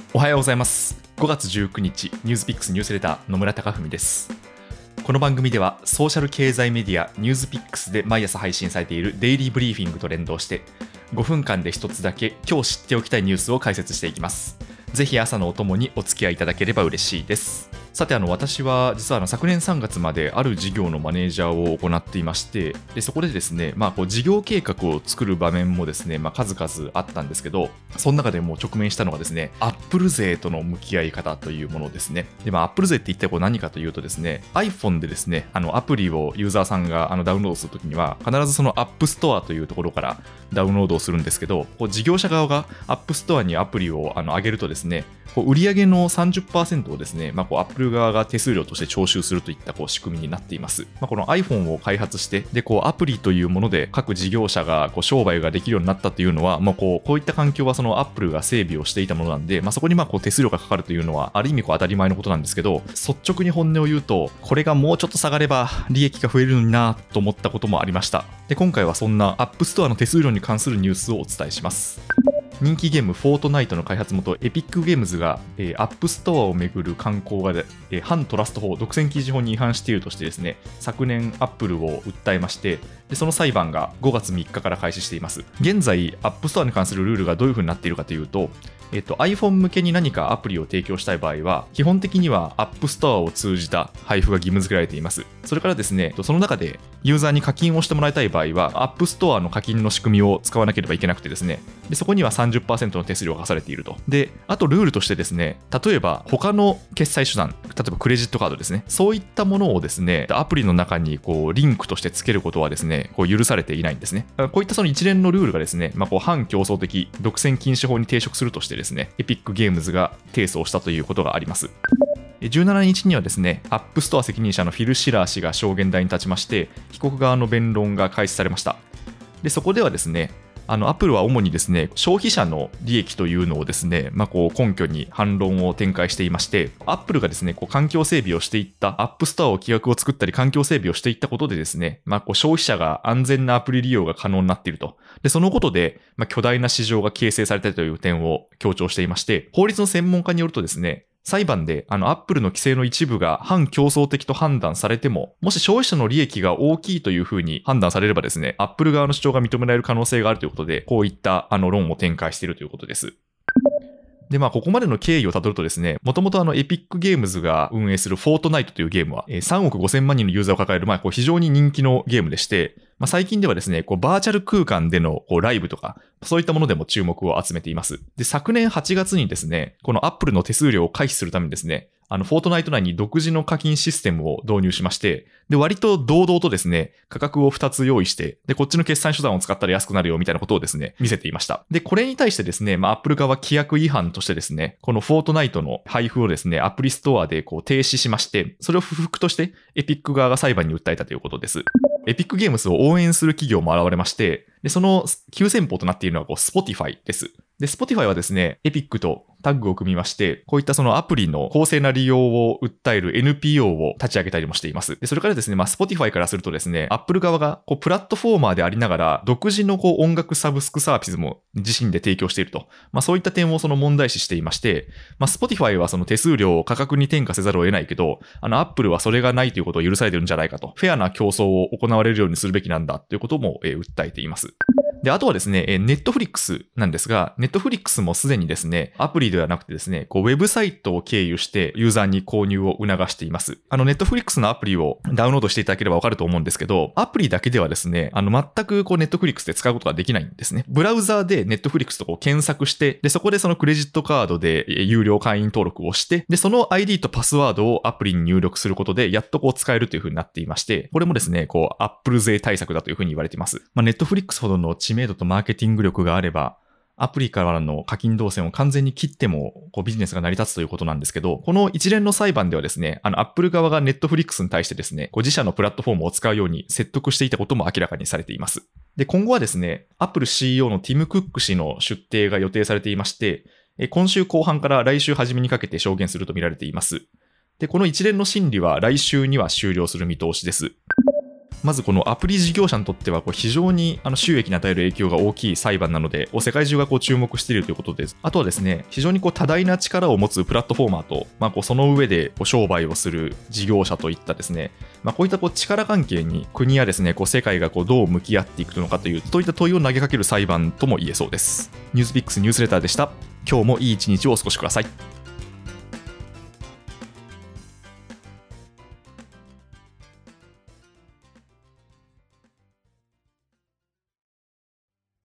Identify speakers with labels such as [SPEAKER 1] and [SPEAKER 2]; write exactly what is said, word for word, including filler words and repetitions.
[SPEAKER 1] おはようございます。ごがつじゅうくにちニュースピックスニュースレター野村貴文です。この番組ではソーシャル経済メディアニュースピックスで毎朝配信されているデイリーブリーフィングと連動してごふんかんで一つだけ今日知っておきたいニュースを解説していきます。ぜひ朝のお供にお付き合いいただければ嬉しいです。さてあの私は実はあの昨年さんがつまである事業のマネージャーを行っていまして、でそこでですね、まあ、こう事業計画を作る場面もですね、まあ、数々あったんですけど、その中でも直面したのがですね、アップル税との向き合い方というものですね。で、まあ、アップル税って一体こう何かというとですね、iPhone でですね、あのアプリをユーザーさんがあのダウンロードするときには必ずその App Store というところからダウンロードをするんですけど、こう事業者側が App Store にアプリをあの上げるとですね、こう売上の さんじゅっパーセント をですね、まあ、こう Apple 側が手数料として徴収するといったこう仕組みになっています。まあ、この iPhone を開発して、でこうアプリというもので各事業者がこう商売ができるようになったというのは、まあ、こうこういった環境はその Apple が整備をしていたものなんで、まあ、そこにまあこう手数料がかかるというのはある意味こう当たり前のことなんですけど、率直に本音を言うと、これがもうちょっと下がれば利益が増えるのになと思ったこともありました。で今回はそんな App Store の手数料に関するニュースをお伝えします。人気ゲームフォートナイトの開発元エピックゲームズが、えー、アップストアをめぐる慣行が、えー、反トラスト法独占禁止法に違反しているとしてですね、昨年アップルを訴えまして、でその裁判がごがつみっかから開始しています。現在アップストアに関するルールがどういう風になっているかというと、えっと、iPhone 向けに何かアプリを提供したい場合は基本的には App Store を通じた配布が義務付けられています。それからですね、その中でユーザーに課金をしてもらいたい場合は App Store の課金の仕組みを使わなければいけなくてですね、でそこには さんじゅっパーセント の手数料が課されていると。であとルールとしてですね、例えば他の決済手段、例えばクレジットカードですね、そういったものをですねアプリの中にこうリンクとしてつけることはですねこう許されていないんですね。こういったその一連のルールがですね、まあ、こう反競争的独占禁止法に抵触するとしてですね、エピックゲームズが提訴をしたということがあります。じゅうしちにちにはですね、アップストア責任者のフィル・シラー氏が証言台に立ちまして、被告側の弁論が開始されました。でそこではですね、あのアップルは主にですね消費者の利益というのをですね、まあ、こう根拠に反論を展開していまして、アップルがですねこう環境整備をしていった、アップストアを規約を作ったり環境整備をしていったことでですね、まあ、こう消費者が安全なアプリ利用が可能になっていると。でそのことで、まあ、巨大な市場が形成されたという点を強調していまして、法律の専門家によるとですね、裁判であのアップルの規制の一部が反競争的と判断されても、もし消費者の利益が大きいというふうに判断されればですね、アップル側の主張が認められる可能性があるということで、こういったあの論を展開しているということです。で、まあ、ここまでの経緯をたどるとですね、もともとあの、エピックゲームズが運営するフォートナイトというゲームは、さんおくごせんまんにんのユーザーを抱える、まあ、こう非常に人気のゲームでして、まあ、最近ではですね、こうバーチャル空間でのこうライブとか、そういったものでも注目を集めています。で、昨年はちがつにですね、このアップルの手数料を回避するためにですね、あの、フォートナイト内に独自の課金システムを導入しまして、で、割と堂々とですね、価格をふたつ用意して、で、こっちの決済手段を使ったら安くなるよみたいなことをですね、見せていました。で、これに対してですね、まあ、アップル側は規約違反としてですね、このフォートナイトの配布をですね、アプリストアでこう停止しまして、それを不服として、エピック側が裁判に訴えたということです。エピックゲームズを応援する企業も現れまして、で、その急先鋒となっているのがこう Spotify です。で、Spotify はですね、エピックとタッグを組みまして、こういったそのアプリの公正な利用を訴える エヌピーオー を立ち上げたりもしています。で、それからですね、まあ、Spotify からするとですね、Apple 側がこうプラットフォーマーでありながら、独自のこう音楽サブスクサービスも自身で提供していると。まあ、そういった点をその問題視していまして、まあ、Spotify はその手数料を価格に転嫁せざるを得ないけど、あの Apple はそれがないということを許されているんじゃないかと。フェアな競争を行われるようにするべきなんだということも、えー、訴えています。で、あとはですね、ネットフリックスなんですが、ネットフリックスもすでにですね、アプリではなくてですね、こうウェブサイトを経由してユーザーに購入を促しています。あの、ネットフリックスのアプリをダウンロードしていただければわかると思うんですけど、アプリだけではですね、あの、全くこうネットフリックスで使うことができないんですね。ブラウザーでネットフリックスとこう検索して、で、そこでそのクレジットカードで有料会員登録をして、で、その アイディー とパスワードをアプリに入力することで、やっとこう使えるという風になっていまして、これもですね、こう、Apple 税対策だという風に言われています。まあ、ネットフリックスほどの知名度とマーケティング力があれば、アプリからの課金動線を完全に切ってもこうビジネスが成り立つということなんですけど、この一連の裁判ではですね、あの Apple 側が Netflix に対してですね、こう自社のプラットフォームを使うように説得していたことも明らかにされています。で、今後はですね、Apple シーイーオー のティム・クック氏の出廷が予定されていまして、今週後半から来週初めにかけて証言すると見られています。で、この一連の審理は来週には終了する見通しです。 まずこのアプリ事業者にとってはこう非常にあの収益に与える影響が大きい裁判なので、世界中がこう注目しているということです。あとはですね、非常にこう多大な力を持つプラットフォーマーと、まあ、こうその上でこう商売をする事業者といったですね、まあ、こういったこう力関係に国やですね、こう世界がこうどう向き合っていくのかという、そういった問いを投げかける裁判とも言えそうです。ニュースピックスニュースレターでした。今日もいい一日をお過ごしください。